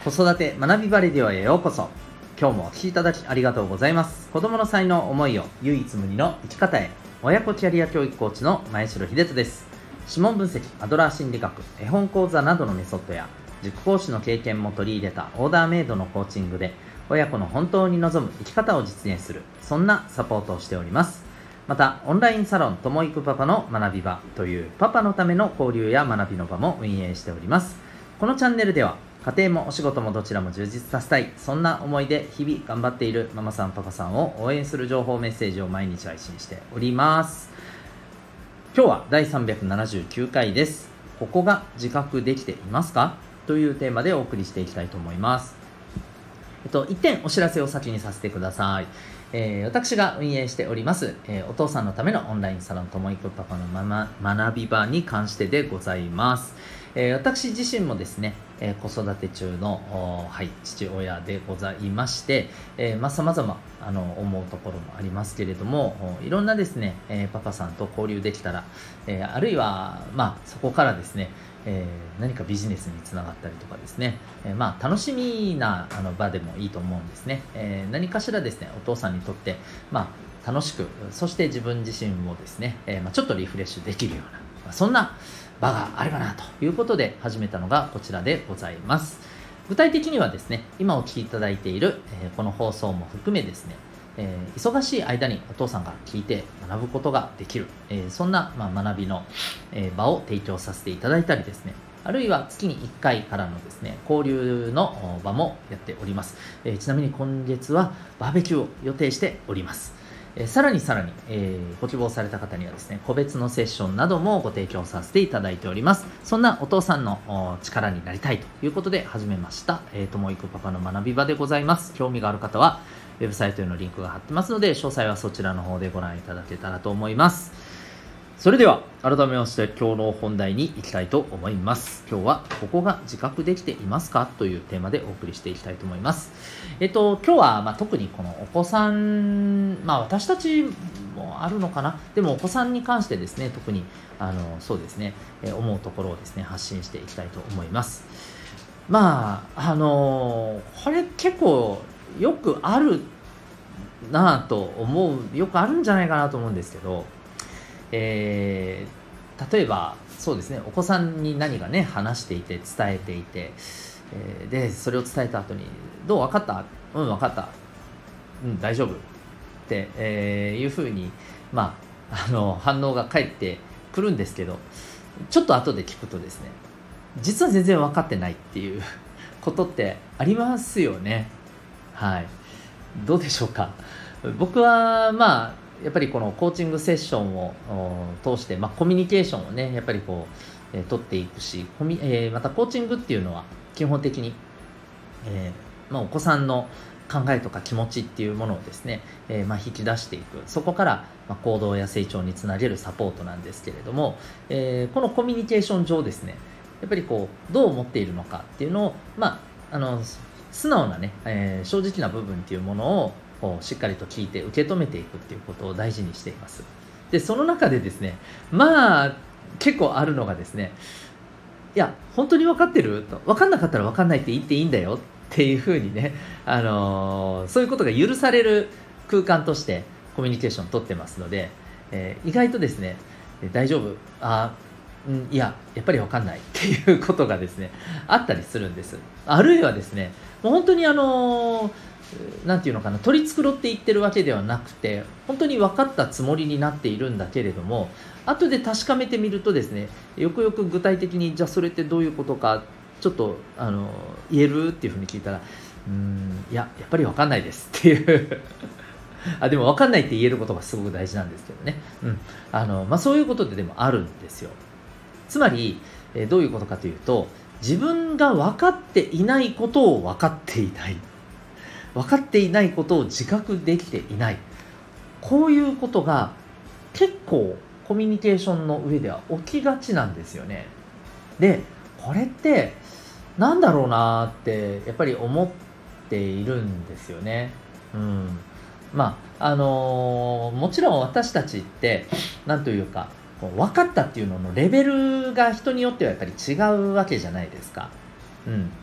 子育て学びバレディオへようこそ。今日もお聞きいただきありがとうございます。子供の才能思いを唯一無二の生き方へ、親子キャリア教育コーチの前城秀人です。指紋分析、アドラー心理学、絵本講座などのメソッドや塾講師の経験も取り入れたオーダーメイドのコーチングで親子の本当に望む生き方を実現する、そんなサポートをしております。またオンラインサロンともいくパパの学び場というパパのための交流や学びの場も運営しております。このチャンネルでは家庭もお仕事もどちらも充実させたい、そんな思いで日々頑張っているママさんパパさんを応援する情報メッセージを毎日配信しております。今日は第379回です。ここが自覚できていますかというテーマでお送りしていきたいと思います。一点お知らせを先にさせてください。私が運営しております、お父さんのためのオンラインサロンともいくパパの学び場に関してでございます。私自身もですね、子育て中の、父親でございまして、様々思うところもありますけれども、いろんなですね、パパさんと交流できたら、あるいは、そこからですね、何かビジネスにつながったりとかですね、楽しみな場でもいいと思うんですね。何かしらですね、お父さんにとって、楽しく、そして自分自身もですね、ちょっとリフレッシュできるような、そんな場があればなということで始めたのがこちらでございます。具体的にはですね、今お聞きいただいている、この放送も含めですね、忙しい間にお父さんが聞いて学ぶことができる、そんな、学びの、場を提供させていただいたりですね、あるいは月に1回からのですね、交流の場もやっております。ちなみに今月はバーベキューを予定しております。さらに、ご希望された方にはですね、個別のセッションなどもご提供させていただいております。そんなお父さんの力になりたいということで始めました、ともいくパパの学び場でございます。興味がある方はウェブサイトへのリンクが貼ってますので、詳細はそちらの方でご覧いただけたらと思います。それでは改めまして今日の本題に行きたいと思います。今日はここが自覚できていますかというテーマでお送りしていきたいと思います。今日は特にこのお子さん、私たちもあるのかな、でもお子さんに関してですね、特にそうですね、思うところをですね発信していきたいと思います。これ結構よくあるなぁとよくあるんじゃないかなと思うんですけど、例えばそうですね、お子さんに何がね話していて伝えていて、でそれを伝えた後にどう分かった？分かった、大丈夫って、いうふうに反応が返ってくるんですけど、ちょっと後で聞くとですね、実は全然分かってないっていうことってありますよね。はい、どうでしょうか。僕はやっぱりこのコーチングセッションを通して、コミュニケーションをねやっぱり取っていくし、またコーチングっていうのは基本的に、お子さんの考えとか気持ちっていうものをですね、引き出していく、そこから行動や成長につなげるサポートなんですけれども、このコミュニケーション上ですね、やっぱりどう思っているのかっていうのを素直なね、正直な部分っていうものをしっかりと聞いて受け止めていくっていうことを大事にしています。でその中でですね、結構あるのがですね、いや本当に分かってると、分かんなかったら分かんないって言っていいんだよっていうふうにね、そういうことが許される空間としてコミュニケーションを取ってますので、意外とですね、大丈夫、いややっぱり分かんないっていうことがですねあったりするんです。あるいはですね、もう本当になんていうのかな、取り繕って言ってるわけではなくて、本当に分かったつもりになっているんだけれども、後で確かめてみるとですね、よくよく具体的にじゃあそれってどういうことかちょっと言えるっていうふうに聞いたら、やっぱり分かんないですっていうでも分かんないって言えることがすごく大事なんですけどね、そういうことででもあるんですよ。つまり、どういうことかというと、自分が分かっていないことを分かっていない、分かっていないことを自覚できていない、こういうことが結構コミュニケーションの上では起きがちなんですよね。でこれってなんだろうなってやっぱり思っているんですよね。もちろん私たちってなんというか、分かったっていうののレベルが人によってはやっぱり違うわけじゃないですか。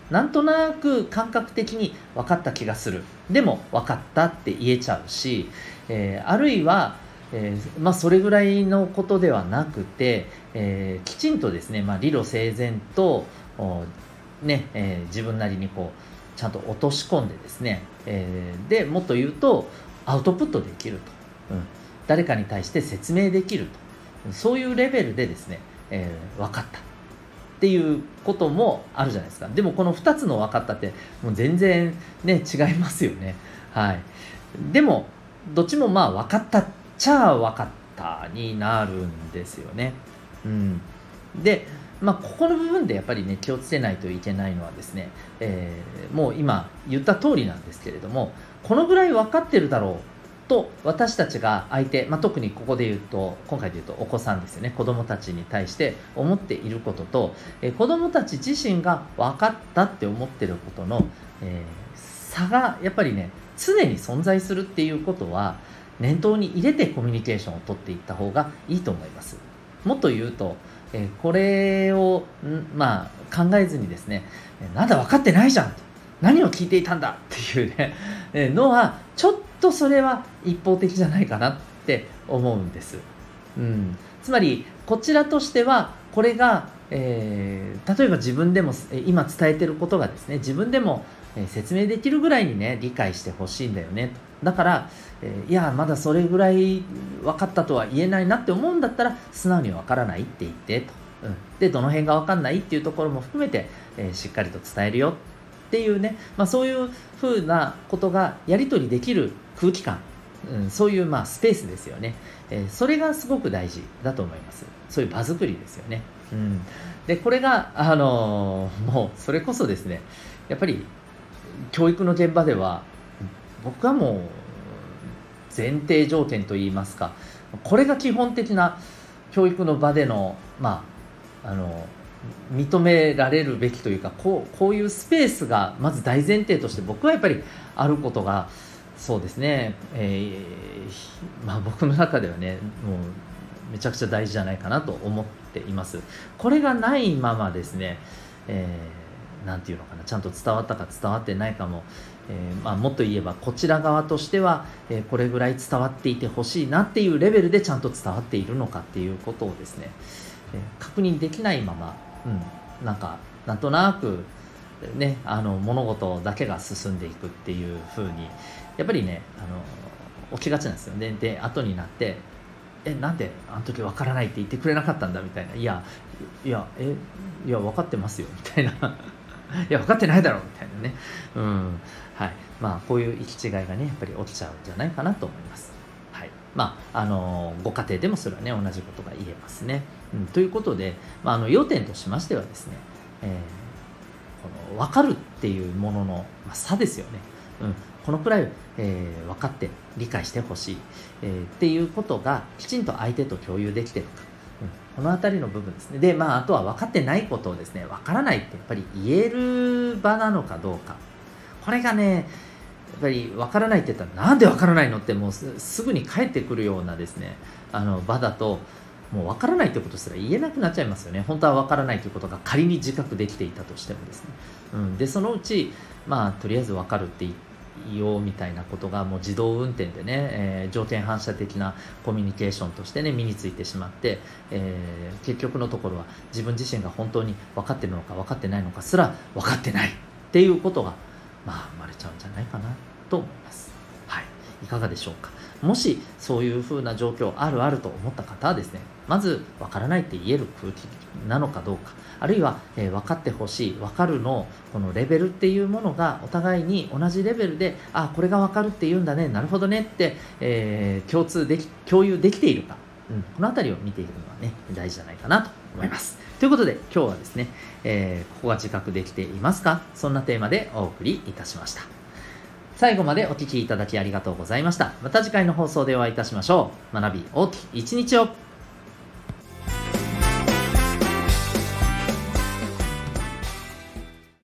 なんとなく感覚的に分かった気がする、でも分かったって言えちゃうし、あるいは、それぐらいのことではなくて、きちんとですね、理路整然と自分なりにこうちゃんと落とし込んでですね、でもっと言うとアウトプットできると、誰かに対して説明できると、そういうレベルでですね、分かったっていうこともあるじゃないですか。でもこの2つの分かったってもう全然ね違いますよね。はい。でもどっちも分かったっちゃ分かったになるんですよね。で、ここの部分でやっぱりね気をつけないといけないのはですね、もう今言った通りなんですけれども、このぐらい分かってるだろうと私たちが相手、特にここで言うと今回で言うとお子さんですよね、子どもたちに対して思っていることと、子どもたち自身が分かったって思ってることの、差がやっぱりね常に存在するっていうことは念頭に入れてコミュニケーションを取っていった方がいいと思います。もっと言うと、これを考えずにですね、なんだ分かってないじゃんと、何を聞いていたんだっていうねのはちょっとそれは一方的じゃないかなって思うんです。つまりこちらとしてはこれが、例えば自分でも今伝えてることがですね自分でも説明できるぐらいにね理解してほしいんだよね。だから、いやまだそれぐらい分かったとは言えないなって思うんだったら素直に分からないって言ってと、でどの辺が分かんないっていうところも含めて、しっかりと伝えるよっていうね、そういうふうなことがやり取りできる空気感、そういうスペースですよね、それがすごく大事だと思います。そういう場作りですよね。でこれがもうそれこそですねやっぱり教育の現場では僕はもう前提条件といいますか、これが基本的な教育の場での認められるべきというか、こういうスペースがまず大前提として僕はやっぱりあることがそうですね、僕の中ではねもうめちゃくちゃ大事じゃないかなと思っています。これがないままですね、なんていうのかな、ちゃんと伝わったか伝わってないかも、もっと言えばこちら側としては、これぐらい伝わっていてほしいなっていうレベルでちゃんと伝わっているのかっていうことをですね、確認できないまま、なんとなくね物事だけが進んでいくっていう風にやっぱりね起きがちなんですよね。で後になってなんであの時分からないって言ってくれなかったんだみたいな、いや分かってますよみたいないや分かってないだろうみたいなね、こういう行き違いがねやっぱり起きちゃうんじゃないかなと思います。ご家庭でもそれはね同じことが言えますね。ということで、要点としましてはですね、この分かるっていうものの、差ですよね。このくらい、分かって理解してほしい、っていうことがきちんと相手と共有できているか、このあたりの部分ですね。で、あとは分かってないことをですね分からないってやっぱり言える場なのかどうか、これがねやっぱり分からないって言ったらなんで分からないのってもうすぐに返ってくるようなですね場だともう分からないってことすら言えなくなっちゃいますよね。本当は分からないということが仮に自覚できていたとしてもですね、でそのうちとりあえず分かるって言おうみたいなことがもう自動運転でね、条件反射的なコミュニケーションとしてね身についてしまって、結局のところは自分自身が本当に分かってるのか分かってないのかすら分かってないっていうことが生まれちゃうんじゃないかなと思います。いかがでしょうか。もしそういう風な状況あると思った方はですね、まず分からないって言える空気なのかどうか、あるいは、分かってほしい、分かるのこのレベルっていうものがお互いに同じレベルで、これが分かるって言うんだね、なるほどねって、共有できているか、このあたりを見ていくのはね大事じゃないかなと思います。ということで今日はですね、ここが自覚できていますか、そんなテーマでお送りいたしました。最後までお聞きいただきありがとうございました。また次回の放送でお会いいたしましょう。学び大きい一日を。